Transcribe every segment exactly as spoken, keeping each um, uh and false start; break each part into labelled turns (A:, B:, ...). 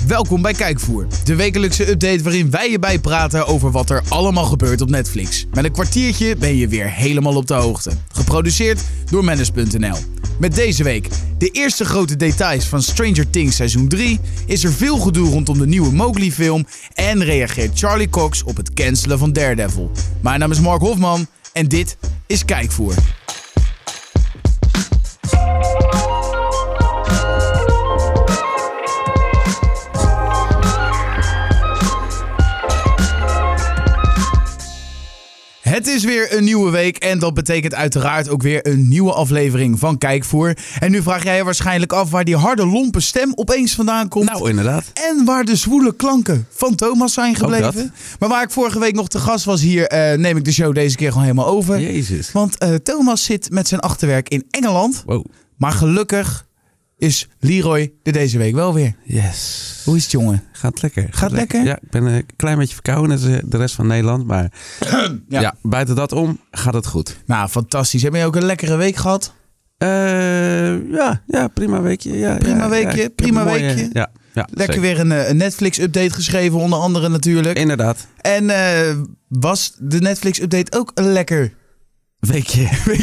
A: Welkom bij Kijkvoer, de wekelijkse update waarin wij je bijpraten over wat er allemaal gebeurt op Netflix. Met een kwartiertje ben je weer helemaal op de hoogte. Geproduceerd door Manus punt n l. Met deze week de eerste grote details van Stranger Things seizoen drie, is er veel gedoe rondom de nieuwe Mowgli film en reageert Charlie Cox op het cancelen van Daredevil. Mijn naam is Mark Hofman en dit is Kijkvoer. Het is weer een nieuwe week en dat betekent uiteraard ook weer een nieuwe aflevering van Kijkvoer. En nu vraag jij je waarschijnlijk af waar die harde lompe stem opeens vandaan komt.
B: Nou, inderdaad.
A: En waar de zwoele klanken van Thomas zijn gebleven. Maar waar ik vorige week nog te gast was hier, uh, neem ik de show deze keer gewoon helemaal over.
B: Jezus.
A: Want uh, Thomas zit met zijn achterwerk in Engeland.
B: Wow.
A: Maar gelukkig is Leroy er deze week wel weer.
B: Yes.
A: Hoe is het, jongen?
B: Gaat lekker. Gaat,
A: Gaat lekker?
B: lekker? Ja, ik ben een klein beetje verkouden, net als de rest van Nederland. Maar ja. ja, buiten dat om gaat het goed.
A: Nou, fantastisch. Heb je ook een lekkere week gehad?
B: Uh, ja, ja, prima weekje. Ja,
A: prima
B: ja,
A: weekje,
B: ja,
A: prima
B: mooie,
A: weekje.
B: Ja, ja,
A: lekker
B: zeker.
A: weer een, een Netflix-update geschreven, onder andere natuurlijk.
B: Inderdaad.
A: En uh, was de Netflix-update ook een lekker...
B: Weekje.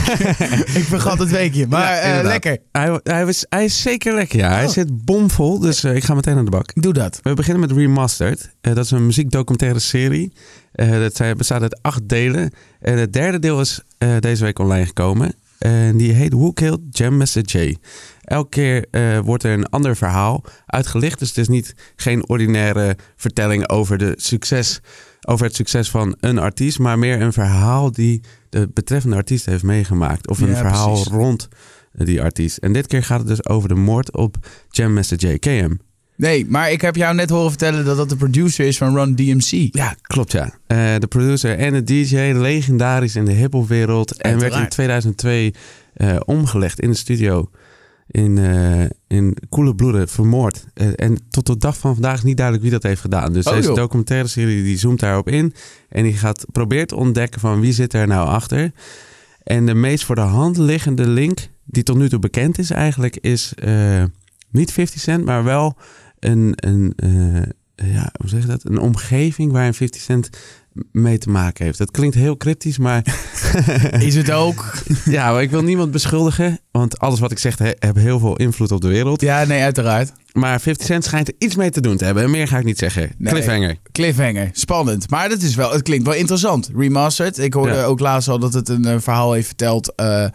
A: Ik vergat het weekje, maar ja, uh, lekker.
B: Hij, hij, was, hij is zeker lekker, ja.
A: Oh.
B: Hij zit bomvol, dus uh, ik ga meteen aan de bak.
A: Doe dat.
B: We beginnen met Remastered. Uh, dat is een muziekdocumentaire serie. Uh, dat zijn, bestaat uit acht delen. En het derde deel is uh, deze week online gekomen. En die heet Who Killed Jam Master Jay. Elke keer uh, wordt er een ander verhaal uitgelicht. Dus het is niet geen ordinaire vertelling over, de succes, over het succes van een artiest. Maar meer een verhaal die de betreffende artiest heeft meegemaakt. Of een ja, verhaal precies. rond die artiest. En dit keer gaat het dus over de moord op Jam Master Jay. Ken je hem?
A: Nee, maar ik heb jou net horen vertellen dat dat de producer is van Run D M C.
B: Ja, klopt ja. Uh, de producer en de D J, legendarisch in de hiphopwereld. En werd in tweeduizend twee uh, omgelegd in de studio. In, uh, in koele bloeden vermoord. Uh, en tot de dag van vandaag is niet duidelijk wie dat heeft gedaan. Dus oh, deze joh. documentaire serie die zoomt daarop in. En die gaat probeert te ontdekken van wie zit er nou achter. En de meest voor de hand liggende link die tot nu toe bekend is eigenlijk is uh, niet fifty Cent, maar wel een, een, uh, ja, hoe zeg je dat? Een omgeving waarin fifty Cent mee te maken heeft. Dat klinkt heel cryptisch, maar...
A: Is het ook?
B: Ja, maar ik wil niemand beschuldigen, want alles wat ik zeg he- heeft heel veel invloed op de wereld.
A: Ja, nee, uiteraard.
B: Maar fifty Cent schijnt er iets mee te doen te hebben. En meer ga ik niet zeggen. Nee, cliffhanger.
A: Cliffhanger. Spannend. Maar dat is wel, het klinkt wel interessant. Remastered. Ik hoorde ja. ook laatst al dat het een uh, verhaal heeft verteld... Uh,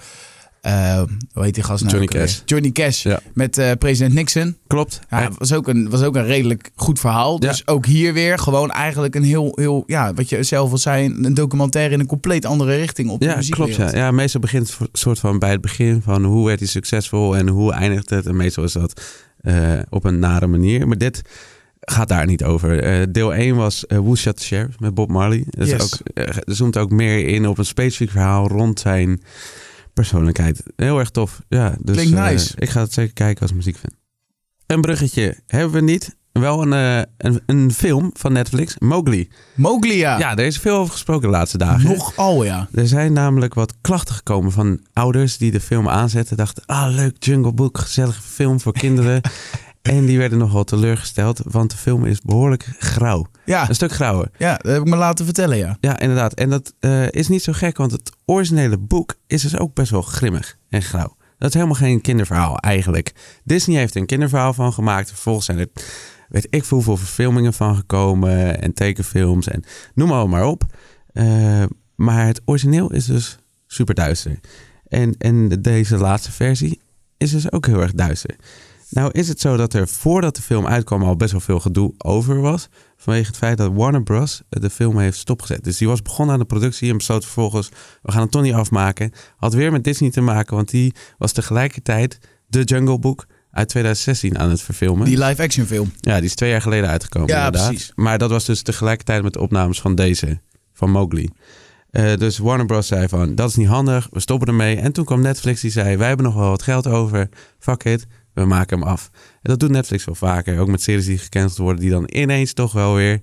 A: Uh, hoe heet die gast nou?
B: Johnny Cash.
A: Johnny Cash ja. met uh, president Nixon.
B: Klopt.
A: Ja, het was ook, een, was ook een redelijk goed verhaal. Dus ja. ook hier weer gewoon eigenlijk een heel, heel, ja, wat je zelf al zei, een documentaire in een compleet andere richting op de
B: ja,
A: muziekwereld.
B: Klopt, ja. ja, meestal begint het soort van bij het begin van hoe werd hij succesvol en hoe eindigt het. En meestal is dat uh, op een nare manier. Maar dit gaat daar niet over. Uh, deel één was uh, Who Shot the Sheriff met Bob Marley. Dat yes. is ook, uh, zoomt ook meer in op een specifiek verhaal rond zijn persoonlijkheid. Heel erg tof. Ja, dus,
A: klinkt nice.
B: Uh, ik ga het zeker kijken als muziekfan. Een bruggetje hebben we niet. Wel een, uh, een, een film van Netflix. Mowgli.
A: Mowgli, ja.
B: Ja, er is veel over gesproken de laatste dagen.
A: Nogal, ja.
B: Er zijn namelijk wat klachten gekomen van ouders die de film aanzetten. Dachten, ah leuk, Jungle Book, gezellige film voor kinderen. En die werden nogal teleurgesteld, want de film is behoorlijk grauw.
A: Ja.
B: Een stuk grauwer.
A: Ja, dat heb ik me laten vertellen, ja.
B: Ja, inderdaad. En dat uh, is niet zo gek, want het originele boek is dus ook best wel grimmig en grauw. Dat is helemaal geen kinderverhaal eigenlijk. Disney heeft er een kinderverhaal van gemaakt. Vervolgens zijn er, weet ik veel, hoeveel verfilmingen van gekomen en tekenfilms en noem maar, maar op. Uh, maar het origineel is dus super duister. En, en deze laatste versie is dus ook heel erg duister. Nou is het zo dat er voordat de film uitkwam al best wel veel gedoe over was. Vanwege het feit dat Warner Bros. De film heeft stopgezet. Dus die was begonnen aan de productie en besloot vervolgens, we gaan het toch niet afmaken. Had weer met Disney te maken, want die was tegelijkertijd The Jungle Book uit tweeduizend zestien aan het verfilmen.
A: Die live-action film.
B: Ja, die is twee jaar geleden uitgekomen.
A: Ja,
B: inderdaad.
A: Precies.
B: Maar dat was dus tegelijkertijd met de opnames van deze, van Mowgli. Uh, dus Warner Bros. Zei van, dat is niet handig, we stoppen ermee. En toen kwam Netflix die zei, wij hebben nog wel wat geld over, fuck it. We maken hem af. En dat doet Netflix wel vaker. Ook met series die gecanceld worden. Die dan ineens toch wel weer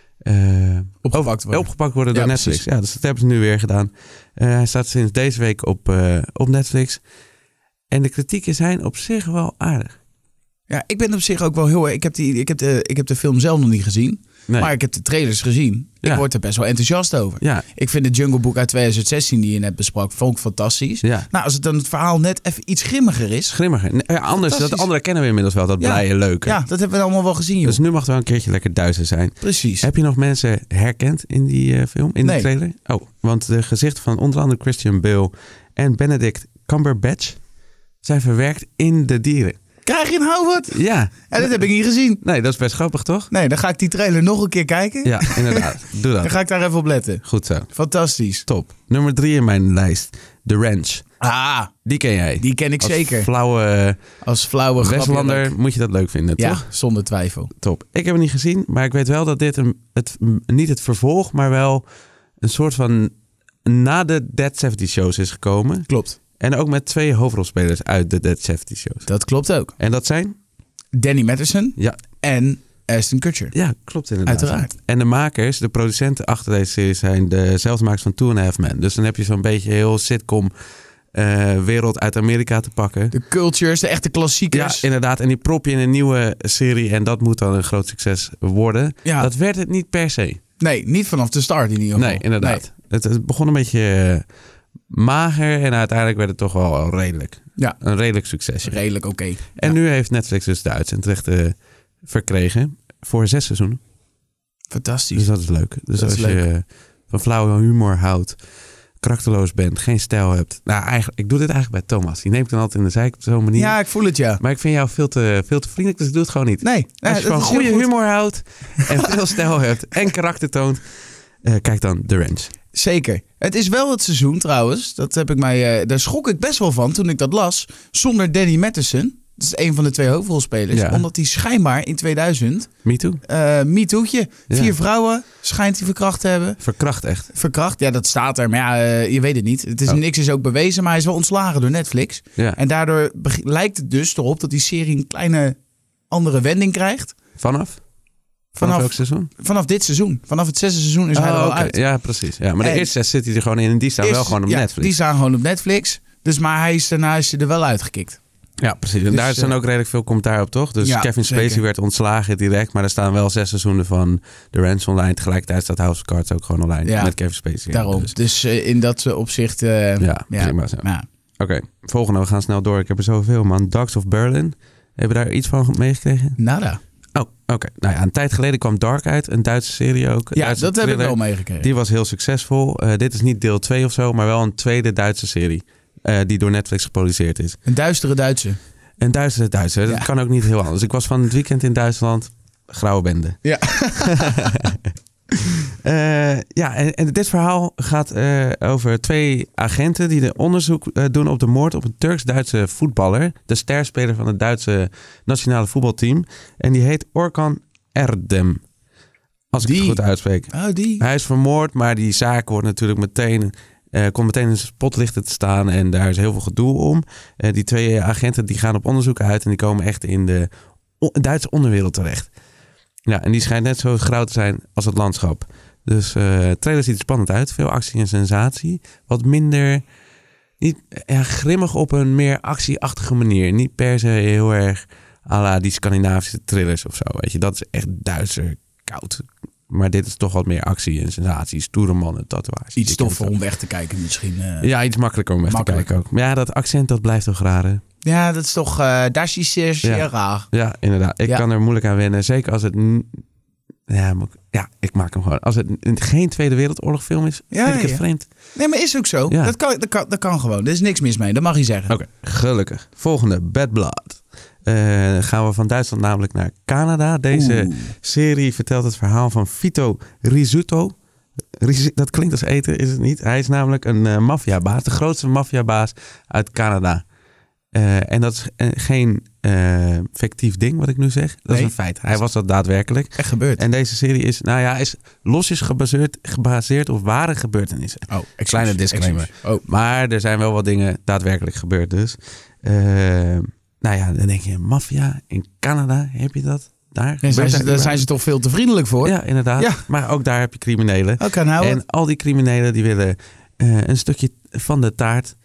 B: uh,
A: opgepakt worden,
B: opgepakt worden door
A: ja,
B: Netflix.
A: Precies.
B: Ja, dus dat hebben ze nu weer gedaan. Uh, hij staat sinds deze week op, uh, op Netflix. En de kritieken zijn op zich wel aardig.
A: Ja, ik ben op zich ook wel heel... Ik heb, die, ik heb, de, ik heb de film zelf nog niet gezien. Nee. Maar ik heb de trailers gezien. Ja. Ik word er best wel enthousiast over.
B: Ja.
A: Ik vind de Jungle Book uit twintig zestien die je net besprak, vond ik fantastisch. Ja. Nou, als het dan het verhaal net even iets grimmiger is.
B: Grimmiger. Ja, anders, dat andere kennen we inmiddels wel. Dat ja. blije, leuke.
A: Ja, dat hebben we allemaal wel gezien. Joh.
B: Dus nu mag het wel een keertje lekker duister zijn.
A: Precies.
B: Heb je nog mensen herkend in die uh, film, in
A: nee.
B: de trailer? Oh, want de gezichten van onder andere Christian Bale en Benedict Cumberbatch zijn verwerkt in de dieren.
A: Krijg je een Howard?
B: Ja.
A: En dat heb ik niet gezien.
B: Nee, dat is best grappig, toch?
A: Nee, dan ga ik die trailer nog een keer kijken.
B: Ja, inderdaad. Doe dat.
A: Dan ga ik daar even op letten.
B: Goed zo.
A: Fantastisch.
B: Top. Nummer drie in mijn lijst. The Ranch.
A: Ah.
B: Die ken jij.
A: Die ken ik
B: Als
A: zeker.
B: Flauwe,
A: Als flauwe
B: Westlander moet je dat leuk vinden,
A: ja,
B: toch?
A: Ja, zonder twijfel.
B: Top. Ik heb het niet gezien, maar ik weet wel dat dit een, het, niet het vervolg, maar wel een soort van na de Dead zeventig shows is gekomen.
A: Klopt.
B: En ook met twee hoofdrolspelers uit de Dead zeventig shows.
A: Dat klopt ook.
B: En dat zijn?
A: Danny Matheson.
B: Ja.
A: En Ashton Kutcher.
B: Ja, klopt inderdaad.
A: Uiteraard.
B: En de makers, de producenten achter deze serie zijn dezelfde makers van Two and a Half Men. Dus dan heb je zo'n beetje heel sitcom uh, wereld uit Amerika te pakken.
A: De cultures, de echte klassiekers.
B: Ja, inderdaad. En die prop je in een nieuwe serie en dat moet dan een groot succes worden. Ja. Dat werd het niet per se.
A: Nee, niet vanaf de start in ieder geval.
B: Nee, inderdaad. Nee. Het, het begon een beetje uh, mager en uiteindelijk werd het toch wel redelijk. Ja. Een redelijk succes.
A: Redelijk oké. Okay.
B: En
A: ja.
B: nu heeft Netflix dus de uitzendrechten verkregen voor zes seizoenen.
A: Fantastisch.
B: Dus dat is leuk. Dus
A: dat
B: als
A: leuk.
B: je van flauwe humor houdt, karakterloos bent, geen stijl hebt. Nou, eigenlijk, ik doe dit eigenlijk bij Thomas. Die neemt dan altijd in de zeik op zo'n manier.
A: Ja, ik voel het, ja.
B: Maar ik vind jou veel te, veel te vriendelijk, dus ik doe het gewoon niet.
A: Nee.
B: Als je van goede humor houdt en veel stijl hebt en karakter toont, uh, kijk dan The Ranch.
A: Zeker. Het is wel het seizoen trouwens. Dat heb ik mij, uh, daar schrok ik best wel van toen ik dat las. Zonder Danny Matheson. Dat is een van de twee hoofdrolspelers. Ja. Omdat hij schijnbaar in tweeduizend...
B: Me Too?
A: Uh, Me Too'tje. Ja. Vier vrouwen schijnt hij verkracht te hebben.
B: Verkracht echt?
A: Verkracht, ja, dat staat er. Maar ja, uh, je weet het niet. Het is, oh. Niks is ook bewezen, maar hij is wel ontslagen door Netflix. Ja. En daardoor be- lijkt het dus erop dat die serie een kleine andere wending krijgt.
B: Vanaf?
A: Vanaf,
B: vanaf welk seizoen?
A: Vanaf dit seizoen. Vanaf het zesde seizoen is oh, hij er al okay. uit.
B: Ja, precies. Ja, maar de en, eerste zes zit hij er gewoon in en die staan is, wel gewoon op
A: ja,
B: Netflix.
A: Die staan gewoon op Netflix. Dus maar hij is daarna is hij er wel uitgekikt.
B: Ja, precies. En dus, daar zijn ook redelijk veel commentaar op, toch? Dus ja, Kevin Spacey zeker. werd ontslagen direct. Maar er staan wel zes seizoenen van The Ranch online. Tegelijkertijd staat House of Cards ook gewoon online. Ja, met Kevin Spacey.
A: Daarom. Dus, dus uh, in dat opzicht... Uh,
B: ja, ja, prima zo. Ja. Oké, okay, volgende. We gaan snel door. Ik heb er zoveel, man. Dogs of Berlin. Hebben we daar iets van meegekregen?
A: Nada.
B: Oh, oké. Okay. Nou ja, een tijd geleden kwam Dark uit. Een Duitse serie ook.
A: Ja,
B: Duitse
A: dat
B: thriller.
A: heb ik wel meegekregen.
B: Die was heel succesvol. Uh, dit is niet deel twee of zo, maar wel een tweede Duitse serie. Uh, die door Netflix geproduceerd is.
A: Een duistere Duitse.
B: Een duistere Duitse. Dat ja. kan ook niet heel anders. Ik was van het weekend in Duitsland. Grauwe bende.
A: Ja.
B: uh, ja, en, en dit verhaal gaat uh, over twee agenten die de onderzoek uh, doen op de moord op een Turks-Duitse voetballer. De sterspeler van het Duitse nationale voetbalteam. En die heet Orkan Erdem. Als ik die. het goed uitspreek.
A: Oh, die.
B: Hij is vermoord, maar die zaak wordt natuurlijk meteen... Uh, komt meteen in de spotlichten te staan en daar is heel veel gedoe om. Uh, die twee agenten die gaan op onderzoek uit en die komen echt in de o- Duitse onderwereld terecht. Ja, en die schijnt net zo grauw te zijn als het landschap. Dus uh, de trailer ziet er spannend uit. Veel actie en sensatie. Wat minder, niet ja, grimmig op een meer actieachtige manier. Niet per se heel erg à la die Scandinavische thrillers of zo. Weet je, dat is echt Duitser koud. Maar dit is toch wat meer actie en sensatie. Stoere mannen, tatoeages.
A: Iets toffer om weg te kijken misschien. Uh,
B: ja, iets makkelijker om weg makkelijk. te kijken ook. Maar ja, dat accent dat blijft toch raar, hè?
A: Ja, dat is toch... Uh, dat is zeer, zeer ja. raar.
B: Ja, inderdaad. Ik ja. kan er moeilijk aan wennen. Zeker als het... N- ja, ja, ik maak hem gewoon. Als het geen Tweede Wereldoorlog film is, ja, vind ik het ja. vreemd.
A: Nee, maar is ook zo. Ja. Dat, kan, dat, kan, dat kan gewoon. Er is niks mis mee. Dat mag je zeggen.
B: Oké, okay. Gelukkig. Volgende, Bad Blood. Uh, gaan we van Duitsland namelijk naar Canada. Deze Oeh. serie vertelt het verhaal van Vito Rizzuto. Riz- dat klinkt als eten, is het niet? Hij is namelijk een uh, maffiabaas. De grootste maffiabaas uit Canada. Uh, en dat is uh, geen uh, fictief ding wat ik nu zeg. Dat nee. is een feit. Hij was dat daadwerkelijk.
A: Echt gebeurd.
B: En deze serie is, nou ja, is losjes gebaseerd, gebaseerd op ware gebeurtenissen.
A: Oh, excuse,
B: Kleine disclaimer.
A: Oh.
B: Maar er zijn wel wat dingen daadwerkelijk gebeurd dus. Uh, Nou ja, dan denk je, maffia in Canada, heb je dat daar?
A: Nee, zijn ze, daar zijn ze toch veel te vriendelijk voor?
B: Ja, inderdaad. Ja. Maar ook daar heb je criminelen.
A: Okay, nou,
B: en al die criminelen die willen uh, een stukje van de taart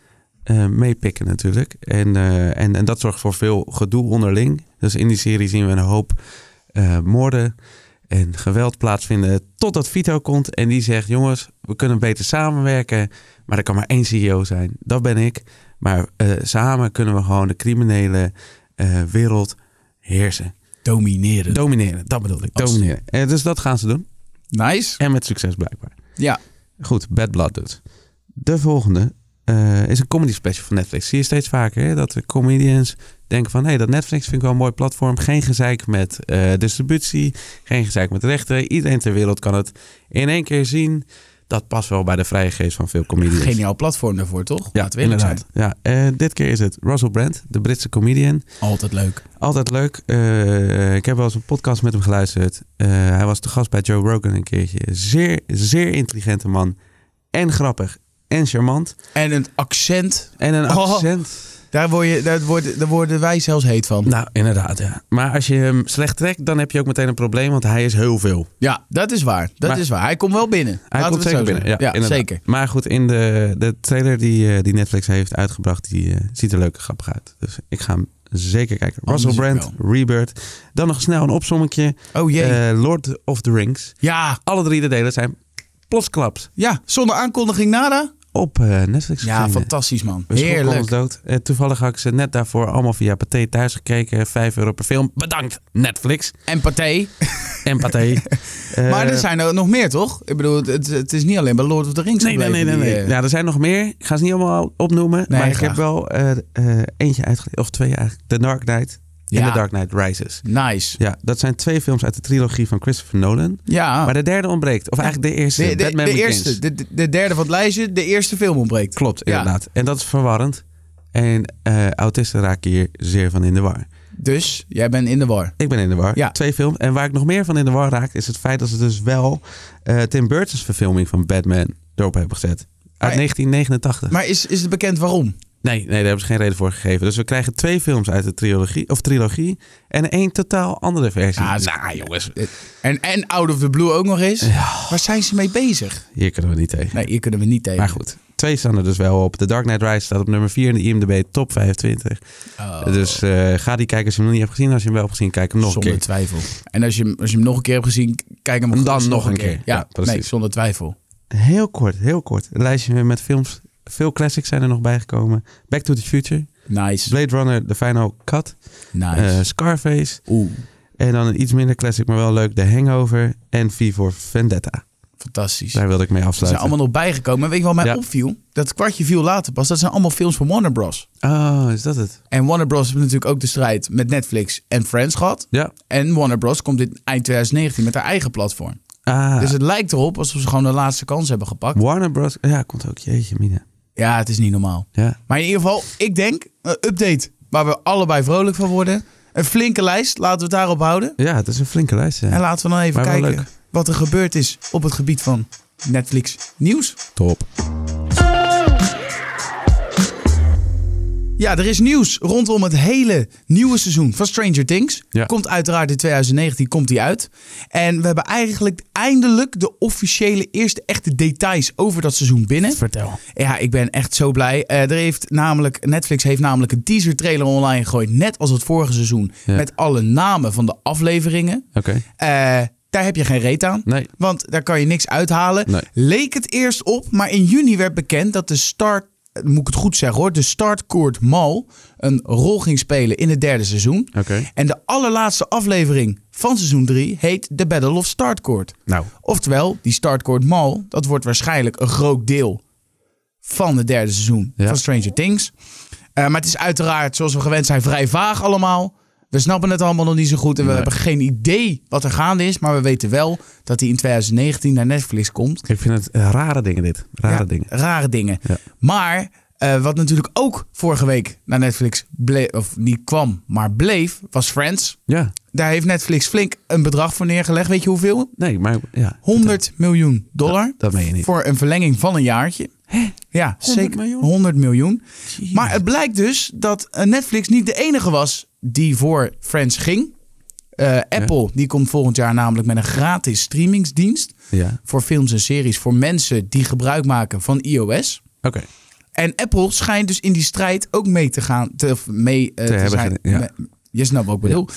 B: uh, meepikken natuurlijk. En, uh, en, en dat zorgt voor veel gedoe onderling. Dus in die serie zien we een hoop uh, moorden en geweld plaatsvinden. Totdat Vito komt en die zegt... jongens, we kunnen beter samenwerken. Maar er kan maar één C E O zijn. Dat ben ik. Maar uh, samen kunnen we gewoon de criminele uh, wereld heersen.
A: Domineren.
B: Domineren, dat bedoel ik. Domineren. Uh, dus dat gaan ze doen.
A: Nice.
B: En met succes blijkbaar.
A: Ja.
B: Goed, Bad Blood dus. De volgende uh, is een comedy special van Netflix. Zie je steeds vaker hè? Dat de comedians denken van... hé, hey, dat Netflix vind ik wel een mooi platform. Geen gezeik met uh, distributie. Geen gezeik met rechten. Iedereen ter wereld kan het in één keer zien. Dat past wel bij de vrije geest van veel comedians.
A: Geniaal platform daarvoor, toch?
B: Ja, inderdaad. Ja, uh, dit keer is het Russell Brand, de Britse comedian.
A: Altijd leuk.
B: Altijd leuk. Uh, ik heb wel eens een podcast met hem geluisterd. Uh, hij was te gast bij Joe Rogan een keertje. Zeer, zeer intelligente man. En grappig. En charmant.
A: En een accent.
B: En een accent.
A: Oh, daar, word je, daar, worden, daar worden wij zelfs heet van.
B: Nou, inderdaad, ja. Maar als je hem slecht trekt, dan heb je ook meteen een probleem, want hij is heel veel.
A: Ja, dat is waar. Dat
B: maar,
A: is waar. Hij komt wel binnen.
B: Hij
A: Laten
B: komt zeker binnen, ja,
A: ja zeker.
B: Maar goed, in de, de trailer die, uh, die Netflix heeft uitgebracht, die uh, ziet er leuk en grappig uit. Dus ik ga hem zeker kijken.
A: Oh,
B: Russell Brand, Rebirth. Dan nog snel een opsommetje.
A: Oh jee.
B: Uh, Lord of the Rings.
A: Ja.
B: Alle drie de delen zijn plotsklaps.
A: Ja, zonder aankondiging nada.
B: Op uh, Netflix.
A: Ja,
B: gezien.
A: fantastisch man.
B: We
A: Heerlijk.
B: ons dood. Uh, toevallig had ik ze net daarvoor allemaal via Pathé thuis gekeken. Vijf euro per film. Bedankt Netflix.
A: En Pathé.
B: En Pathé. uh,
A: maar er zijn er nog meer, toch? Ik bedoel, het, het is niet alleen bij Lord of the Rings.
B: Nee, nee, nee. nee, nee. Die, uh... Ja, er zijn nog meer. Ik ga ze niet allemaal opnoemen. Nee, maar ik graag. heb wel uh, uh, eentje uitgelezen. Of twee eigenlijk. The Dark Knight. En ja. The Dark Knight Rises.
A: Nice.
B: Ja, dat zijn twee films uit de trilogie van Christopher Nolan.
A: Ja.
B: Maar de derde ontbreekt. Of eigenlijk de eerste.
A: De, de,
B: Batman
A: de
B: Begins.
A: eerste. De, de derde van het lijstje. De eerste film ontbreekt.
B: Klopt, inderdaad. Ja. En dat is verwarrend. En uh, autisten raken hier zeer van in de war.
A: Dus, jij bent in de war.
B: Ik ben in de war.
A: Ja.
B: Twee films. En waar ik nog meer van in de war raak... is het feit dat ze dus wel uh, Tim Burton's verfilming van Batman erop hebben gezet. Uit maar, negentien negenentachtig.
A: Maar is, is het bekend waarom?
B: Nee, nee, daar hebben ze geen reden voor gegeven. Dus we krijgen twee films uit de trilogie, of trilogie en één totaal andere versie.
A: Ja, nou jongens. En, en Out of the Blue ook nog eens. Ja. Waar zijn ze mee bezig?
B: Hier kunnen we niet tegen.
A: Nee, hier kunnen we niet tegen.
B: Maar goed, twee staan er dus wel op. The Dark Knight Rises staat op nummer vier in de I M D B top vijfentwintig. Oh. Dus uh, ga die kijken als je hem nog niet hebt gezien. Als je hem wel hebt gezien, kijk hem nog
A: zonder
B: een keer.
A: Zonder twijfel. En als je, als je hem nog een keer hebt gezien, kijk hem
B: dan nog, nog een keer. keer.
A: Ja, ja, precies. Nee, zonder twijfel.
B: Heel kort, heel kort. Een lijstje met films. Veel classics zijn er nog bijgekomen. Back to the Future.
A: Nice.
B: Blade Runner, The Final Cut.
A: Nice.
B: Uh, Scarface.
A: Oeh.
B: En dan een iets minder classic, maar wel leuk. The Hangover en V voor Vendetta.
A: Fantastisch.
B: Daar wilde ik mee afsluiten.
A: Ze zijn allemaal nog bijgekomen. En weet je wat mij ja. opviel? Dat kwartje viel later pas. Dat zijn allemaal films van Warner Bros.
B: Oh, is dat het?
A: En Warner Bros heeft natuurlijk ook de strijd met Netflix en Friends gehad.
B: Ja.
A: En Warner Bros komt dit eind twintig negentien met haar eigen platform. Ah. Dus het lijkt erop alsof ze gewoon de laatste kans hebben gepakt.
B: Warner Bros. Ja, komt ook. Jeetje mina.
A: Ja, het is niet normaal.
B: Ja.
A: Maar in ieder geval, ik denk, een update waar we allebei vrolijk van worden. Een flinke lijst, laten we het daarop houden.
B: Ja, het is een flinke lijst. Ja.
A: En laten we dan even maar kijken wat er gebeurd is op het gebied van Netflix nieuws.
B: Top.
A: Ja, er is nieuws rondom het hele nieuwe seizoen van Stranger Things.
B: Ja.
A: Komt uiteraard in twintig negentien komt die uit. En we hebben eigenlijk eindelijk de officiële eerste echte details over dat seizoen binnen.
B: Vertel.
A: Ja, ik ben echt zo blij. Uh, er heeft namelijk, Netflix heeft namelijk een teaser trailer online gegooid. Net als het vorige seizoen. Ja. Met alle namen van de afleveringen.
B: Oké.
A: Okay. Uh, Daar heb je geen reet aan.
B: Nee.
A: Want daar kan je niks uithalen.
B: Nee.
A: Leek het eerst op, maar in juni werd bekend dat de start... moet ik het goed zeggen hoor, de Starcourt Mall een rol ging spelen in het derde seizoen.
B: Okay.
A: En de allerlaatste aflevering van seizoen drie heet The Battle of Starcourt.
B: Nou.
A: Oftewel, die Starcourt Mall, dat wordt waarschijnlijk een groot deel van het derde seizoen ja. van Stranger Things. Uh, maar het is uiteraard, zoals we gewend zijn, vrij vaag allemaal. We snappen het allemaal nog niet zo goed en we nee. hebben geen idee wat er gaande is. Maar we weten wel dat hij in twintig negentien naar Netflix komt.
B: Ik vind het uh, rare dingen dit. Rare
A: ja,
B: dingen.
A: Rare dingen.
B: Ja.
A: Maar uh, wat natuurlijk ook vorige week naar Netflix bleef, of niet kwam, maar bleef, was Friends.
B: Ja.
A: Daar heeft Netflix flink een bedrag voor neergelegd. Weet je hoeveel?
B: Nee, maar ja.
A: honderd miljoen dollar.
B: Ja, dat meen je niet.
A: Voor een verlenging van een jaartje.
B: Hè?
A: Ja, zeker.
B: Miljoen?
A: honderd miljoen.
B: Jeez.
A: Maar het blijkt dus dat Netflix niet de enige was die voor Friends ging. Uh, Apple, ja. die komt volgend jaar namelijk met een gratis streamingsdienst.
B: Ja.
A: Voor films en series voor mensen die gebruik maken van iOS.
B: Oké. Okay.
A: En Apple schijnt dus in die strijd ook mee te gaan. Te, of mee uh, te, te hebben zijn. Gedaan, ja. Je snapt wat ik bedoel.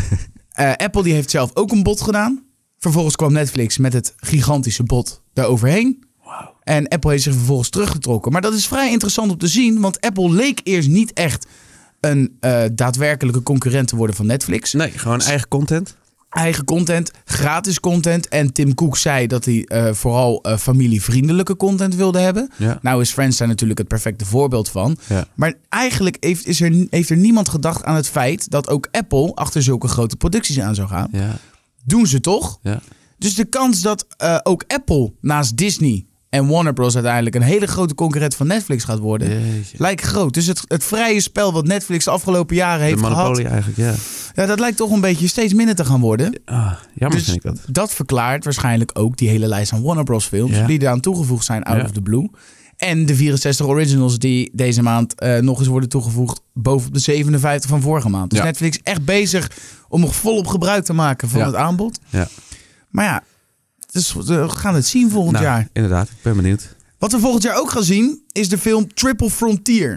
A: Ja. uh, Apple die heeft zelf ook een bod gedaan. Vervolgens kwam Netflix met het gigantische bod daaroverheen. Wow. En Apple heeft zich vervolgens teruggetrokken. Maar dat is vrij interessant om te zien. Want Apple leek eerst niet echt een uh, daadwerkelijke concurrent te worden van Netflix.
B: Nee, gewoon eigen content.
A: Eigen content, gratis content. En Tim Cook zei dat hij uh, vooral uh, familievriendelijke content wilde hebben. Ja. Nou is Friends daar natuurlijk het perfecte voorbeeld van. Ja. Maar eigenlijk heeft, is er, heeft er niemand gedacht aan het feit dat ook Apple achter zulke grote producties aan zou gaan. Ja. Doen ze toch? Ja. Dus de kans dat uh, ook Apple naast Disney en Warner Bros. Uiteindelijk een hele grote concurrent van Netflix gaat worden, Jeetje. lijkt groot. Dus het, het vrije spel wat Netflix de afgelopen jaren heeft gehad,
B: eigenlijk, ja.
A: ja, dat lijkt toch een beetje steeds minder te gaan worden.
B: Ah, jammer
A: dus
B: vind ik dat.
A: Dat verklaart waarschijnlijk ook die hele lijst van Warner Bros. Films ja. die eraan toegevoegd zijn out ja. of the blue. En de vierenzestig originals die deze maand uh, nog eens worden toegevoegd bovenop de zevenenvijftig van vorige maand. Dus ja. Netflix echt bezig om nog volop gebruik te maken van ja. het aanbod. Ja. Maar ja, dus we gaan het zien volgend
B: nou,
A: jaar.
B: Inderdaad, ik ben benieuwd.
A: Wat we volgend jaar ook gaan zien is de film Triple Frontier.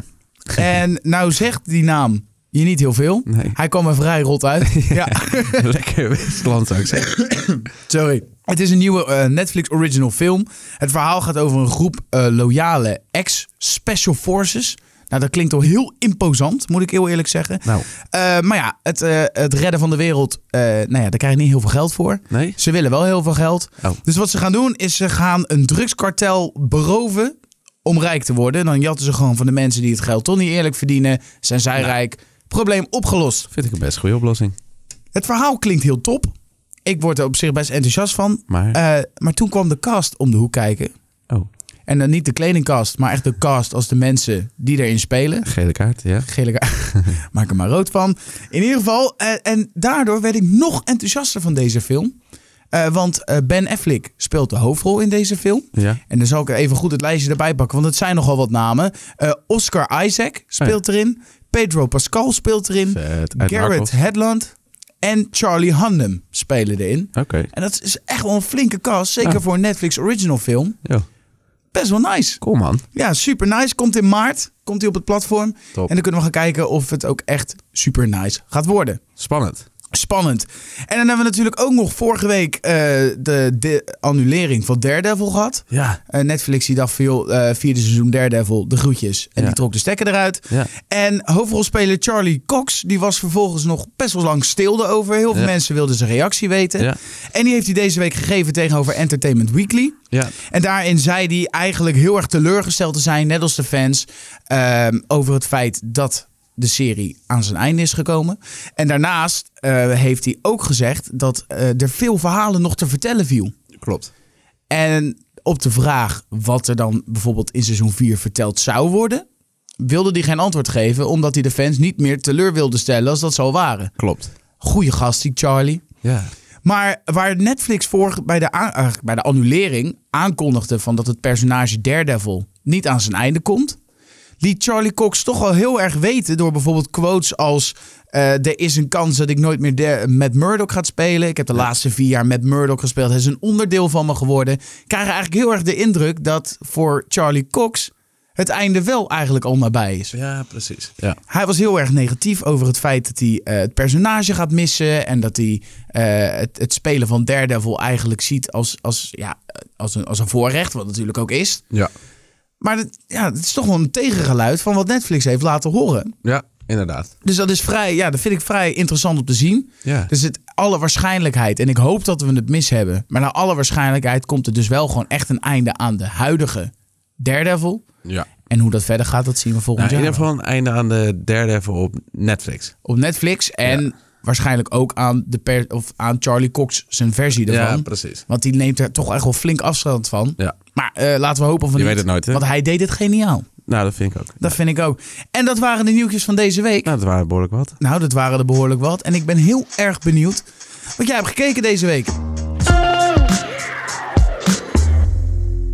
A: En nou zegt die naam je niet heel veel. Nee. Hij kwam er vrij rot uit. ja.
B: Lekker Westland zou ik zeggen.
A: Sorry. Het is een nieuwe uh, Netflix original film. Het verhaal gaat over een groep uh, loyale ex-special forces. Nou, dat klinkt al heel imposant, moet ik heel eerlijk zeggen. Nou. Uh, maar ja, het, uh, het redden van de wereld, uh, nou ja, daar krijg je niet heel veel geld voor. Nee? Ze willen wel heel veel geld. Oh. Dus wat ze gaan doen, is ze gaan een drugskartel beroven om rijk te worden. Dan jatten ze gewoon van de mensen die het geld toch niet eerlijk verdienen. Zijn zij nou. rijk. Probleem opgelost.
B: Vind ik een best goede oplossing.
A: Het verhaal klinkt heel top. Ik word er op zich best enthousiast van. Maar, uh, maar toen kwam de cast om de hoek kijken. Oh. En dan niet de kledingcast, maar echt de cast als de mensen die erin spelen.
B: Gele kaart, ja.
A: Gele kaart. Maak er maar rood van. In ieder geval. Uh, en daardoor werd ik nog enthousiaster van deze film. Uh, want uh, Ben Affleck speelt de hoofdrol in deze film. Ja. En dan zal ik even goed het lijstje erbij pakken, want het zijn nogal wat namen. Uh, Oscar Isaac speelt oh ja. erin. Pedro Pascal speelt erin. Vet, Garrett Hedlund. En Charlie Hunnam spelen erin. Okay. En dat is echt wel een flinke cast. Zeker ja. voor een Netflix original film. Ja. Best wel nice.
B: Cool, man.
A: Ja, super nice. Komt in maart. Komt hij op het platform. Top. En dan kunnen we gaan kijken of het ook echt super nice gaat worden.
B: Spannend.
A: Spannend. En dan hebben we natuurlijk ook nog vorige week uh, de, de annulering van Daredevil gehad. Ja. Uh, Netflix die dacht veel uh, vierde seizoen Daredevil, de groetjes. En ja. die trok de stekker eruit. Ja. En hoofdrolspeler Charlie Cox, die was vervolgens nog best wel lang stil over. Heel veel ja. mensen wilden zijn reactie weten. Ja. En die heeft hij deze week gegeven tegenover Entertainment Weekly. Ja. En daarin zei hij eigenlijk heel erg teleurgesteld te zijn, net als de fans, uh, over het feit dat de serie aan zijn einde is gekomen. En daarnaast uh, heeft hij ook gezegd dat uh, er veel verhalen nog te vertellen viel.
B: Klopt.
A: En op de vraag wat er dan bijvoorbeeld in seizoen vier verteld zou worden, wilde hij geen antwoord geven, omdat hij de fans niet meer teleur wilde stellen als dat zo waren.
B: Klopt.
A: Goeie gast, die Charlie. Ja. Maar waar Netflix voor bij de, aan, uh, bij de annulering aankondigde van dat het personage Daredevil niet aan zijn einde komt, liet Charlie Cox toch wel heel erg weten door bijvoorbeeld quotes als Uh, er is een kans dat ik nooit meer de- met Murdoch ga spelen. Ik heb de ja. laatste vier jaar met Murdoch gespeeld. Hij is een onderdeel van me geworden. Ik krijg eigenlijk heel erg de indruk dat voor Charlie Cox het einde wel eigenlijk al nabij is.
B: Ja, precies. Ja.
A: Hij was heel erg negatief over het feit dat hij uh, het personage gaat missen. En dat hij uh, het, het spelen van Daredevil eigenlijk ziet als, als, ja, als, een, als een voorrecht. Wat natuurlijk ook is. Ja. Maar het, ja, het is toch wel een tegengeluid van wat Netflix heeft laten horen.
B: Ja, inderdaad.
A: Dus dat is vrij, ja, dat vind ik vrij interessant om te zien. Ja. Dus het alle waarschijnlijkheid, en ik hoop dat we het mis hebben, maar naar alle waarschijnlijkheid komt er dus wel gewoon echt een einde aan de huidige Daredevil. Ja. En hoe dat verder gaat, dat zien we volgend
B: nou,
A: jaar.
B: In ieder geval een einde aan de Daredevil op Netflix.
A: Op Netflix en ja. waarschijnlijk ook aan, de per, of aan Charlie Cox zijn versie ervan.
B: Ja, precies.
A: Want die neemt er toch echt wel flink afstand van. Ja. Maar uh, laten we hopen van
B: Je
A: niet.
B: weet het nooit, hè?
A: Want hij deed het geniaal.
B: Nou, dat vind ik ook.
A: Dat ja. vind ik ook. En dat waren de nieuwtjes van deze week.
B: Nou, dat waren behoorlijk wat.
A: Nou, dat waren er behoorlijk wat. En ik ben heel erg benieuwd wat jij hebt gekeken deze week.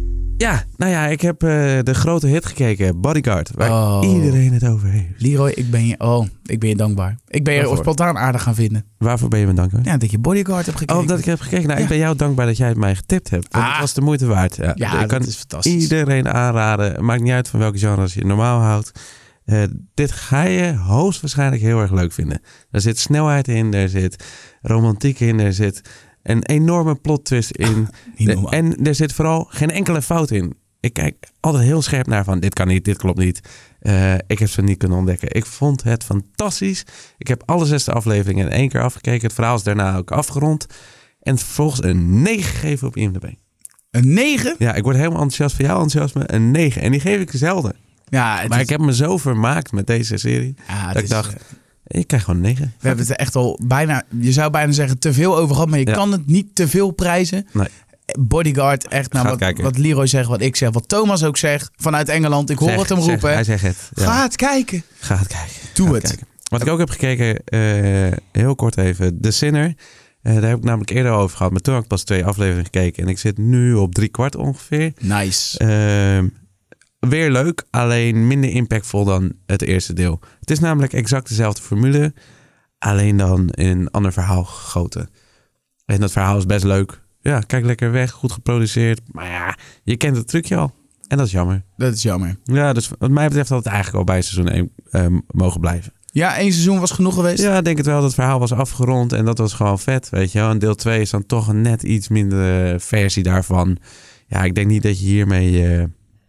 B: Ja, nou ja, ik heb uh, de grote hit gekeken, Bodyguard. Waar
A: Oh.
B: iedereen het over heeft.
A: Leroy, ik ben je, oh, ik ben je dankbaar. Ik ben je
B: Waarvoor?
A: spontaan aardig gaan vinden.
B: Waarvoor ben je me dankbaar?
A: Ja, dat je Bodyguard hebt gekeken.
B: Oh, dat ik heb gekeken. Nou,
A: Ja.
B: ik ben jou dankbaar dat jij het mij getipt hebt. Want
A: Ah.
B: het was de moeite waard. Ja,
A: Ja,
B: ik
A: dat
B: kan
A: is fantastisch.
B: iedereen aanraden. Het maakt niet uit van welke genres je normaal houdt. Uh, dit ga je hoogstwaarschijnlijk heel erg leuk vinden. Er zit snelheid in, er zit romantiek in, er zit een enorme plot twist in.
A: Niet
B: De-
A: normaal.
B: en er zit vooral geen enkele fout in. Ik kijk altijd heel scherp naar van dit kan niet, dit klopt niet. Uh, ik heb ze niet kunnen ontdekken. Ik vond het fantastisch. Ik heb alle zesde afleveringen in één keer afgekeken. Het verhaal is daarna ook afgerond. En vervolgens een negen gegeven op I M D B.
A: Een negen?
B: Ja, ik word helemaal enthousiast van jouw enthousiasme. Een negen. En die geef ik zelden.
A: Ja, het
B: Maar
A: is,
B: ik heb me zo vermaakt met deze serie.
A: ja, het
B: dat ik
A: is,
B: dacht,
A: eh,
B: ik krijg gewoon een negen.
A: we hebben het er echt al bijna, je zou bijna zeggen te veel over gehad, maar je
B: Ja.
A: kan het niet te veel prijzen.
B: Nee.
A: Bodyguard, echt, nou,
B: Ga
A: wat,
B: kijken.
A: wat Leroy zegt, wat ik zeg, wat Thomas ook zegt, vanuit Engeland. Ik hoor
B: Zeg,
A: het hem
B: zeg,
A: roepen.
B: Hij zegt het. Ja.
A: Ga het kijken.
B: Ga het kijken.
A: Doe
B: Ga
A: het.
B: kijken. Wat ik ook heb gekeken, uh, heel kort even, The Sinner. Uh, daar heb ik namelijk eerder over gehad. Maar toen heb ik pas twee afleveringen gekeken. En ik zit nu op drie kwart ongeveer.
A: Nice.
B: Uh, weer leuk, alleen minder impactvol dan het eerste deel. Het is namelijk exact dezelfde formule. Alleen dan in een ander verhaal gegoten. En dat verhaal is best leuk. Ja, kijk lekker weg, goed geproduceerd. Maar ja, je kent het trucje al. En dat is jammer.
A: Dat is jammer.
B: Ja, dus wat mij betreft had het eigenlijk al bij seizoen één uh, mogen blijven.
A: Ja, één seizoen was genoeg geweest.
B: Ja, ik denk het wel. Dat verhaal was afgerond en dat was gewoon vet, weet je wel. En deel twee is dan toch een net iets minder versie daarvan. Ja, ik denk niet dat je hiermee je,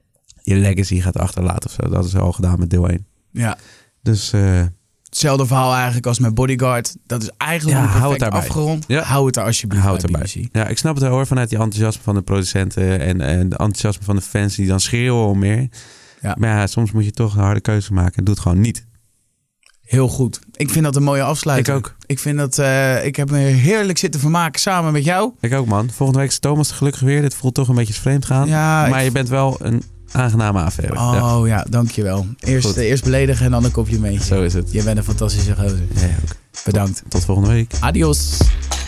B: je legacy gaat achterlaten of zo. Dat is al gedaan met deel één.
A: Ja.
B: Dus uh,
A: hetzelfde verhaal eigenlijk als met Bodyguard. Dat is eigenlijk
B: Ja,
A: een
B: hou het
A: perfect
B: daarbij.
A: afgerond.
B: Ja.
A: Hou het daar alsjeblieft
B: houd
A: bij
B: erbij.
A: B B C.
B: Ja, ik snap het wel hoor, vanuit die enthousiasme van de producenten en, en de enthousiasme van de fans die dan schreeuwen om meer.
A: Ja.
B: Maar ja, soms moet je toch een harde keuze maken en doe het gewoon niet.
A: Heel goed. Ik vind dat een mooie afsluiting.
B: Ik ook.
A: Ik vind dat, uh, ik heb me heerlijk zitten vermaken samen met jou.
B: Ik ook man. Volgende week is Thomas gelukkig weer. Dit voelt toch een beetje vreemd gaan.
A: Ja,
B: maar
A: ik-
B: je bent wel een aangename affaire.
A: Oh
B: Ja,
A: ja, dankjewel. Eerst,
B: Goed.
A: uh, eerst beledigen en dan een complimentje.
B: zo is het.
A: Je bent een fantastische gozer.
B: Jij ook.
A: Bedankt.
B: Tot volgende week.
A: Adios.